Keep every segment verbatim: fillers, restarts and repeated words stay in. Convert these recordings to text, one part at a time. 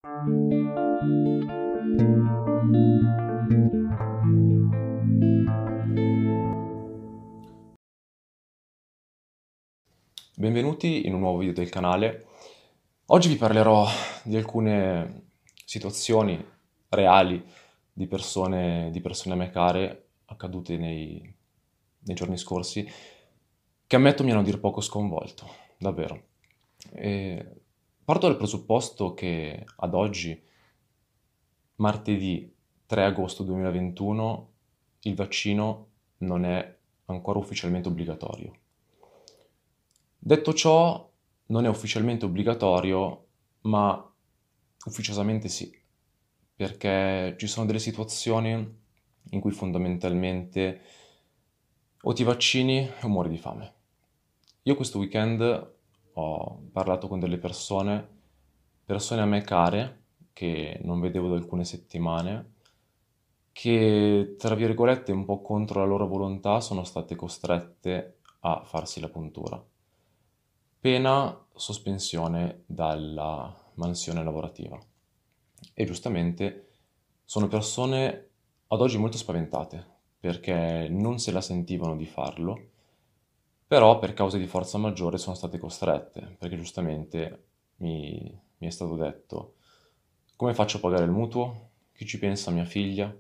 Benvenuti in un nuovo video del canale. Oggi vi parlerò di alcune situazioni reali di persone, di persone a me care accadute nei, nei giorni scorsi che ammetto mi hanno a dir poco sconvolto, davvero. E parto dal presupposto che ad oggi, martedì tre agosto duemilaventuno, il vaccino non è ancora ufficialmente obbligatorio. Detto ciò, non è ufficialmente obbligatorio, ma ufficiosamente sì, perché ci sono delle situazioni in cui fondamentalmente o ti vaccini o muori di fame. Io questo weekend ho parlato con delle persone, persone a me care, che non vedevo da alcune settimane, che, tra virgolette, un po' contro la loro volontà sono state costrette a farsi la puntura. Pena sospensione dalla mansione lavorativa. E giustamente sono persone ad oggi molto spaventate perché non se la sentivano di farlo, però per cause di forza maggiore sono state costrette, perché giustamente mi, mi è stato detto: come faccio a pagare il mutuo? Chi ci pensa? Mia figlia?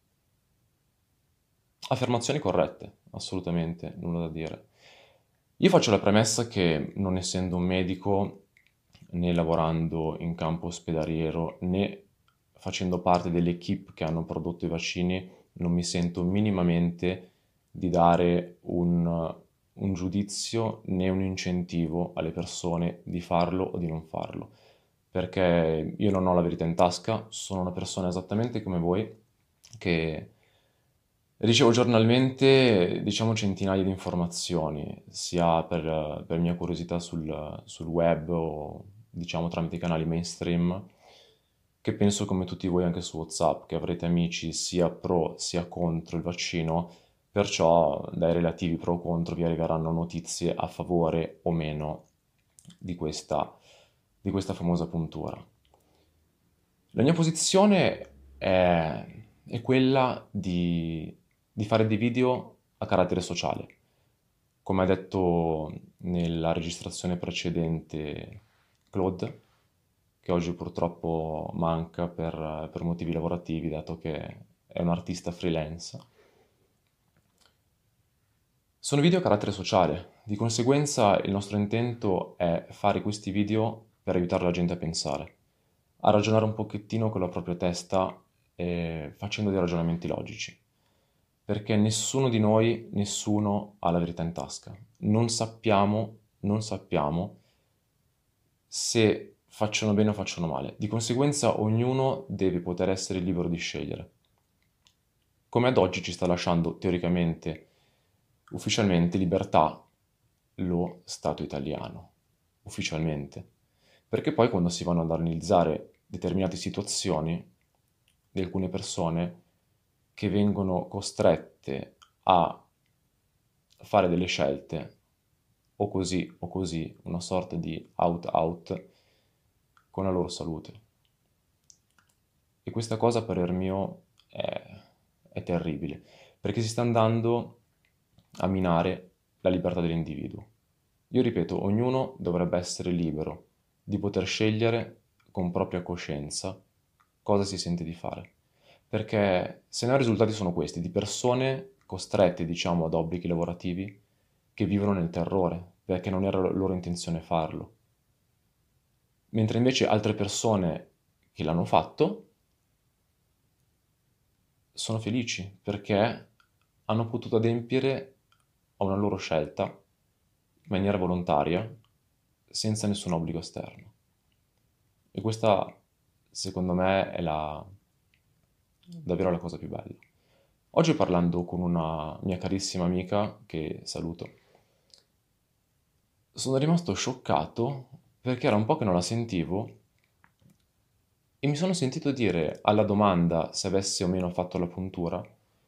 Affermazioni corrette, assolutamente, nulla da dire. Io faccio la premessa che, non essendo un medico, né lavorando in campo ospedaliero, né facendo parte delle equip che hanno prodotto i vaccini, non mi sento minimamente di dare un, un giudizio né un incentivo alle persone di farlo o di non farlo, perché io non ho la verità in tasca, sono una persona esattamente come voi che ricevo giornalmente, diciamo, centinaia di informazioni, sia per, per mia curiosità sul, sul web o, diciamo, tramite i canali mainstream, che penso come tutti voi anche su WhatsApp, che avrete amici sia pro sia contro il vaccino, perciò dai relativi pro o contro vi arriveranno notizie a favore o meno di questa, di questa famosa puntura. La mia posizione è, è quella di, di fare dei video a carattere sociale. Come ha detto nella registrazione precedente Claude, che oggi purtroppo manca per, per motivi lavorativi, dato che è un artista freelance. Sono video a carattere sociale, di conseguenza il nostro intento è fare questi video per aiutare la gente a pensare, a ragionare un pochettino con la propria testa e facendo dei ragionamenti logici. Perché nessuno di noi, nessuno ha la verità in tasca. Non sappiamo, non sappiamo se facciano bene o facciano male. Di conseguenza ognuno deve poter essere libero di scegliere. Come ad oggi ci sta lasciando teoricamente, ufficialmente, libertà lo Stato italiano. Ufficialmente. Perché poi quando si vanno ad analizzare determinate situazioni di alcune persone che vengono costrette a fare delle scelte, o così o così, una sorta di out-out con la loro salute. E questa cosa, a parer mio, è, è terribile, perché si sta andando a minare la libertà dell'individuo. Io ripeto, ognuno dovrebbe essere libero di poter scegliere con propria coscienza cosa si sente di fare. Perché se no i risultati sono questi, di persone costrette, diciamo, ad obblighi lavorativi che vivono nel terrore, perché non era loro intenzione farlo. Mentre invece altre persone che l'hanno fatto sono felici perché hanno potuto adempiere a una loro scelta in maniera volontaria, senza nessun obbligo esterno. E questa, secondo me, è la, davvero la cosa più bella. Oggi parlando con una mia carissima amica, che saluto, sono rimasto scioccato perché era un po' che non la sentivo e mi sono sentito dire alla domanda se avesse o meno fatto la puntura,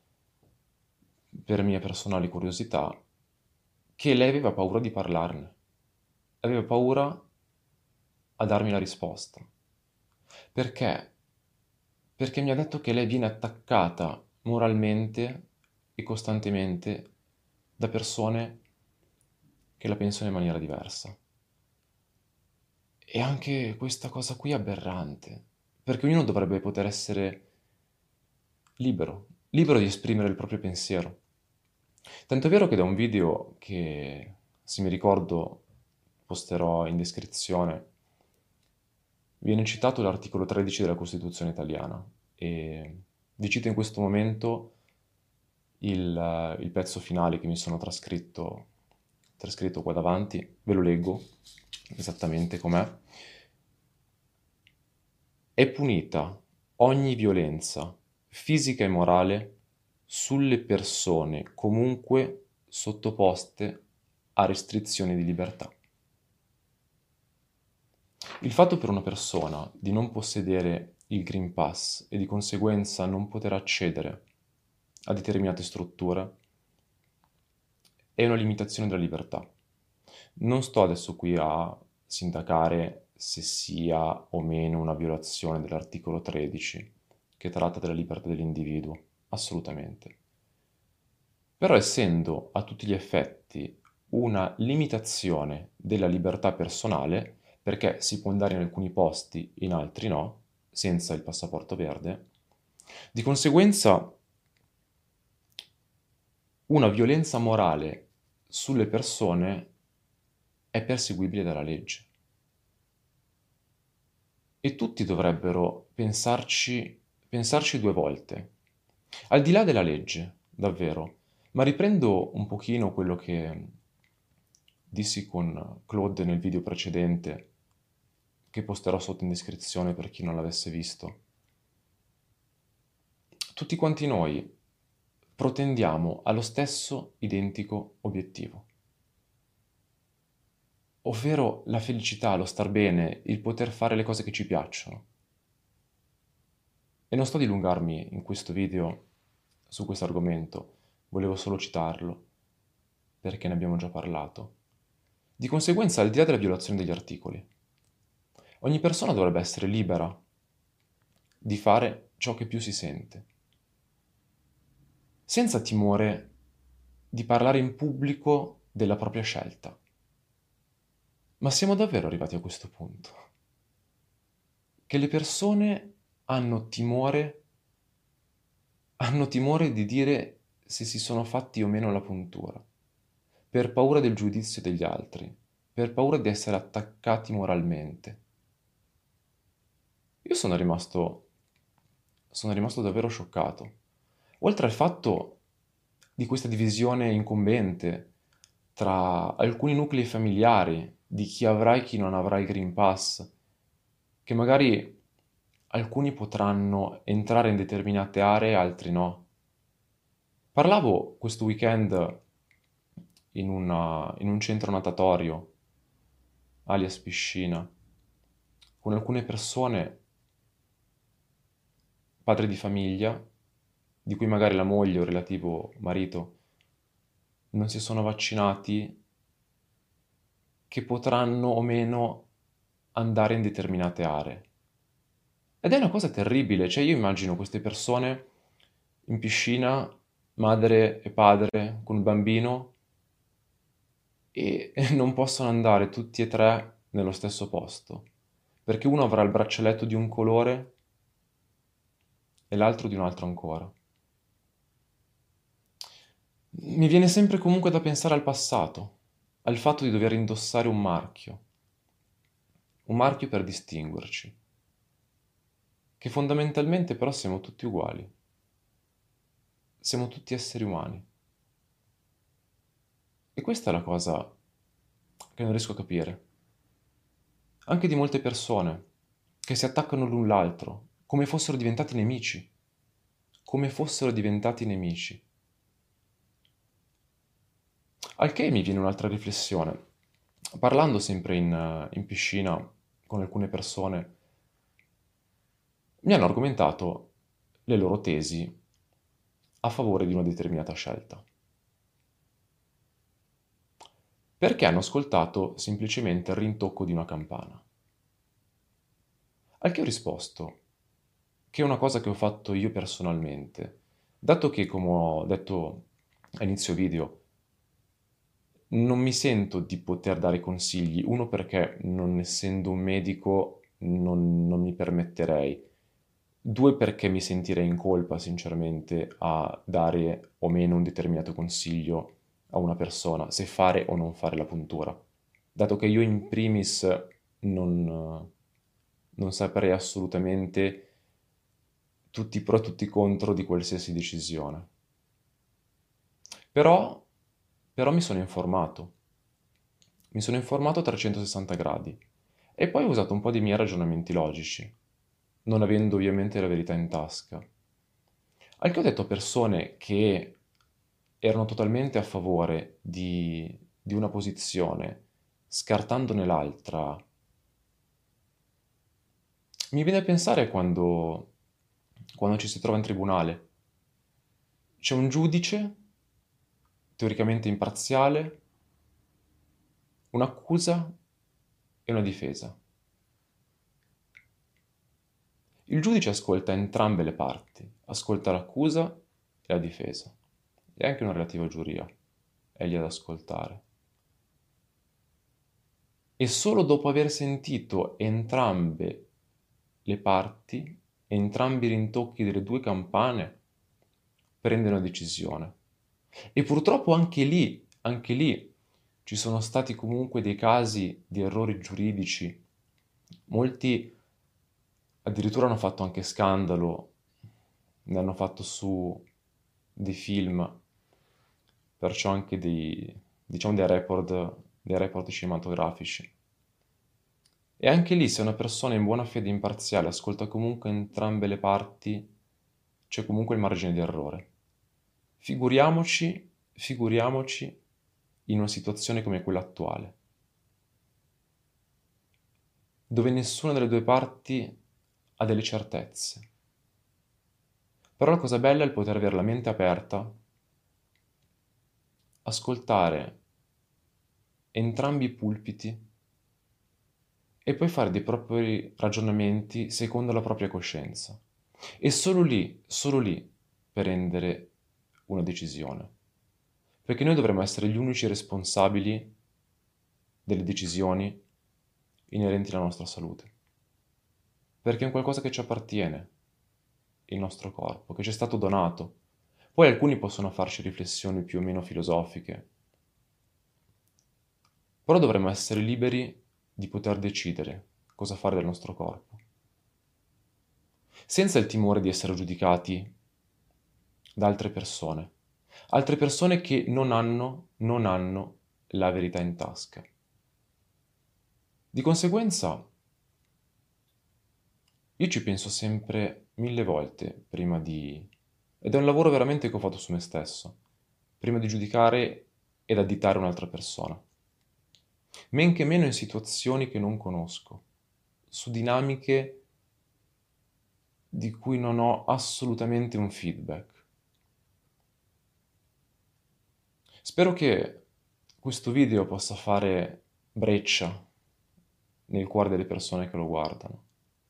per mia personale curiosità, che lei aveva paura di parlarne, aveva paura a darmi la risposta, Perché? Perché mi ha detto che lei viene attaccata moralmente e costantemente da persone che la pensano in maniera diversa. E anche questa cosa qui è aberrante, perché ognuno dovrebbe poter essere libero, libero di esprimere il proprio pensiero. Tanto è vero che da un video che, se mi ricordo, posterò in descrizione, viene citato l'articolo tredici della Costituzione italiana e vi cito in questo momento il, il pezzo finale che mi sono trascritto, trascritto qua davanti, ve lo leggo esattamente com'è. È punita ogni violenza fisica e morale sulle persone comunque sottoposte a restrizioni di libertà. Il fatto per una persona di non possedere il Green Pass e di conseguenza non poter accedere a determinate strutture è una limitazione della libertà. Non sto adesso qui a sindacare se sia o meno una violazione dell'articolo tredici, che tratta della libertà dell'individuo, assolutamente. Però essendo a tutti gli effetti una limitazione della libertà personale, perché si può andare in alcuni posti, in altri no, senza il passaporto verde, di conseguenza una violenza morale sulle persone è perseguibile dalla legge. E tutti dovrebbero pensarci, pensarci due volte. Al di là della legge, davvero, ma riprendo un pochino quello che dissi con Claude nel video precedente, che posterò sotto in descrizione per chi non l'avesse visto. Tutti quanti noi protendiamo allo stesso identico obiettivo, ovvero la felicità, lo star bene, il poter fare le cose che ci piacciono. E non sto a dilungarmi in questo video su questo argomento, volevo solo citarlo, perché ne abbiamo già parlato. Di conseguenza, al di là della violazione degli articoli, ogni persona dovrebbe essere libera di fare ciò che più si sente, senza timore di parlare in pubblico della propria scelta. Ma siamo davvero arrivati a questo punto? Che le persone hanno timore, hanno timore di dire se si sono fatti o meno la puntura, per paura del giudizio degli altri, per paura di essere attaccati moralmente. Io sono rimasto, sono rimasto davvero scioccato. Oltre al fatto di questa divisione incombente tra alcuni nuclei familiari, di chi avrà e chi non avrà il Green Pass, che magari alcuni potranno entrare in determinate aree, altri no. Parlavo questo weekend in, una- in un centro natatorio, alias piscina, con alcune persone, padri di famiglia, di cui magari la moglie o il relativo marito non si sono vaccinati, che potranno o meno andare in determinate aree. Ed è una cosa terribile, cioè io immagino queste persone in piscina, madre e padre con il bambino, e non possono andare tutti e tre nello stesso posto, perché uno avrà il braccialetto di un colore e l'altro di un altro ancora. Mi viene sempre comunque da pensare al passato, al fatto di dover indossare un marchio, un marchio per distinguerci, che fondamentalmente però siamo tutti uguali, siamo tutti esseri umani. E questa è la cosa che non riesco a capire. Anche di molte persone che si attaccano l'un l'altro, come fossero diventati nemici, come fossero diventati nemici. Al che mi viene un'altra riflessione. Parlando sempre in, eh, in piscina con alcune persone, mi hanno argomentato le loro tesi a favore di una determinata scelta. Perché hanno ascoltato semplicemente il rintocco di una campana. Al che ho risposto che è una cosa che ho fatto io personalmente, dato che, come ho detto a inizio video, non mi sento di poter dare consigli, uno perché non essendo un medico non, non mi permetterei, due perché mi sentirei in colpa sinceramente a dare o meno un determinato consiglio a una persona, se fare o non fare la puntura, dato che io in primis non, non saprei assolutamente tutti i pro e tutti i contro di qualsiasi decisione. Però, però mi sono informato. Mi sono informato a trecentosessanta gradi e poi ho usato un po' di miei ragionamenti logici, non avendo ovviamente la verità in tasca. Al che ho detto a persone che erano totalmente a favore di, di una posizione, scartandone l'altra. Mi viene a pensare quando, quando ci si trova in tribunale. C'è un giudice, teoricamente imparziale, un'accusa e una difesa. Il giudice ascolta entrambe le parti, ascolta l'accusa e la difesa, e anche una relativa giuria è lì ad ascoltare. E solo dopo aver sentito entrambe le parti, entrambi i rintocchi delle due campane, prende una decisione. E purtroppo anche lì, anche lì, ci sono stati comunque dei casi di errori giuridici. Molti addirittura hanno fatto anche scandalo, ne hanno fatto su dei film, perciò anche dei, diciamo, dei report, dei report cinematografici. E anche lì, se una persona in buona fede imparziale ascolta comunque entrambe le parti, c'è comunque il margine di errore. Figuriamoci, figuriamoci in una situazione come quella attuale, dove nessuna delle due parti ha delle certezze. Però la cosa bella è il poter avere la mente aperta, ascoltare entrambi i pulpiti e poi fare dei propri ragionamenti secondo la propria coscienza. E solo lì, solo lì, prendere una decisione. Perché noi dovremmo essere gli unici responsabili delle decisioni inerenti alla nostra salute. Perché è un qualcosa che ci appartiene, il nostro corpo, che ci è stato donato. Poi alcuni possono farci riflessioni più o meno filosofiche, però dovremmo essere liberi di poter decidere cosa fare del nostro corpo, senza il timore di essere giudicati da altre persone, altre persone che non hanno, non hanno la verità in tasca. Di conseguenza, io ci penso sempre mille volte prima di... ed è un lavoro veramente che ho fatto su me stesso, prima di giudicare ed additare un'altra persona. Men che meno in situazioni che non conosco, su dinamiche di cui non ho assolutamente un feedback. Spero che questo video possa fare breccia nel cuore delle persone che lo guardano.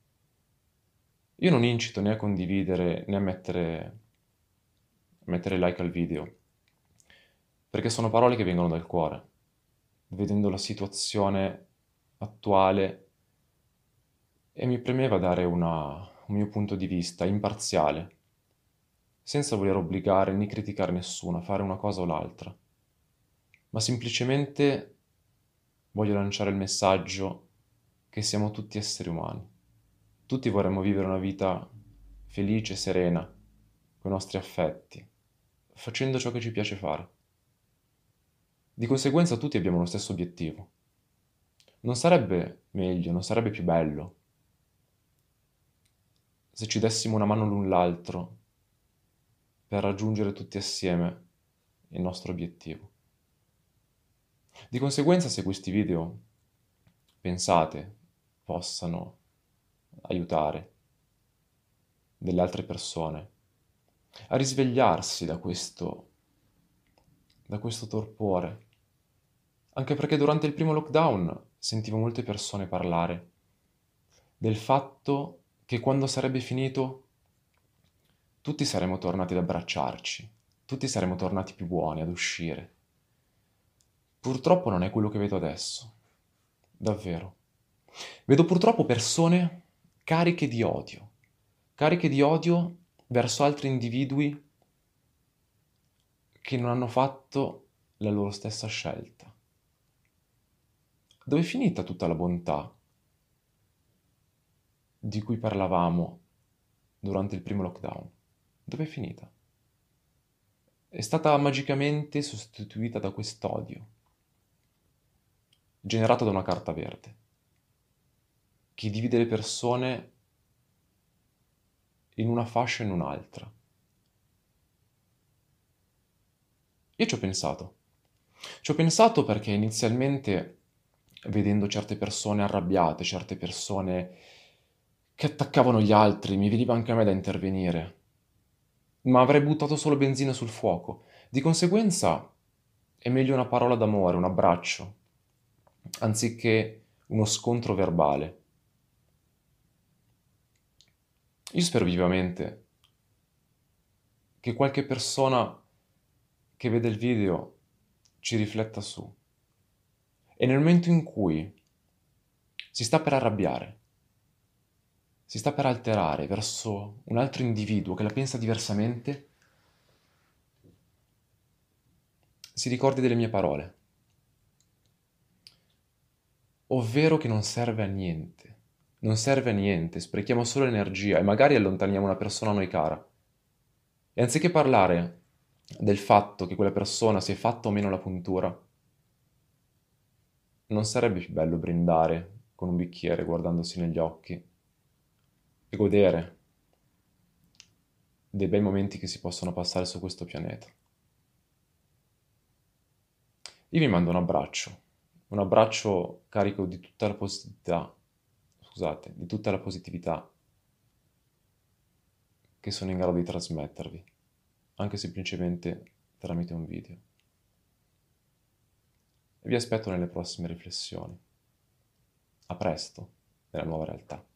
Io non incito né a condividere né a mettere, a mettere like al video, perché sono parole che vengono dal cuore, vedendo la situazione attuale e mi premeva dare una, un mio punto di vista imparziale, senza voler obbligare né criticare nessuno a fare una cosa o l'altra, ma semplicemente voglio lanciare il messaggio che siamo tutti esseri umani. Tutti vorremmo vivere una vita felice, serena, con i nostri affetti, facendo ciò che ci piace fare. Di conseguenza tutti abbiamo lo stesso obiettivo. Non sarebbe meglio, non sarebbe più bello se ci dessimo una mano l'un l'altro per raggiungere tutti assieme il nostro obiettivo? Di conseguenza, se questi video pensate possano aiutare delle altre persone a risvegliarsi da questo, da questo torpore, anche perché durante il primo lockdown sentivo molte persone parlare del fatto che quando sarebbe finito tutti saremmo tornati ad abbracciarci, tutti saremmo tornati più buoni ad uscire. Purtroppo non è quello che vedo adesso, davvero. Vedo purtroppo persone cariche di odio, cariche di odio verso altri individui che non hanno fatto la loro stessa scelta. Dove è finita tutta la bontà di cui parlavamo durante il primo lockdown? Dove è finita? È stata magicamente sostituita da quest'odio, generato da una carta verde, che divide le persone in una fascia e in un'altra. Io ci ho pensato. Ci ho pensato perché inizialmente, vedendo certe persone arrabbiate, certe persone che attaccavano gli altri, mi veniva anche a me da intervenire, ma avrei buttato solo benzina sul fuoco. Di conseguenza è meglio una parola d'amore, un abbraccio, anziché uno scontro verbale. Io spero vivamente che qualche persona che vede il video ci rifletta su. E nel momento in cui si sta per arrabbiare, si sta per alterare verso un altro individuo che la pensa diversamente, si ricordi delle mie parole, ovvero che non serve a niente, non serve a niente, sprechiamo solo energia e magari allontaniamo una persona a noi cara. E anziché parlare del fatto che quella persona si è fatta o meno la puntura, non sarebbe più bello brindare con un bicchiere guardandosi negli occhi e godere dei bei momenti che si possono passare su questo pianeta? Io vi mando un abbraccio, un abbraccio carico di tutta la positività, scusate, di tutta la positività che sono in grado di trasmettervi, anche semplicemente tramite un video. E vi aspetto nelle prossime riflessioni. A presto, nella nuova realtà.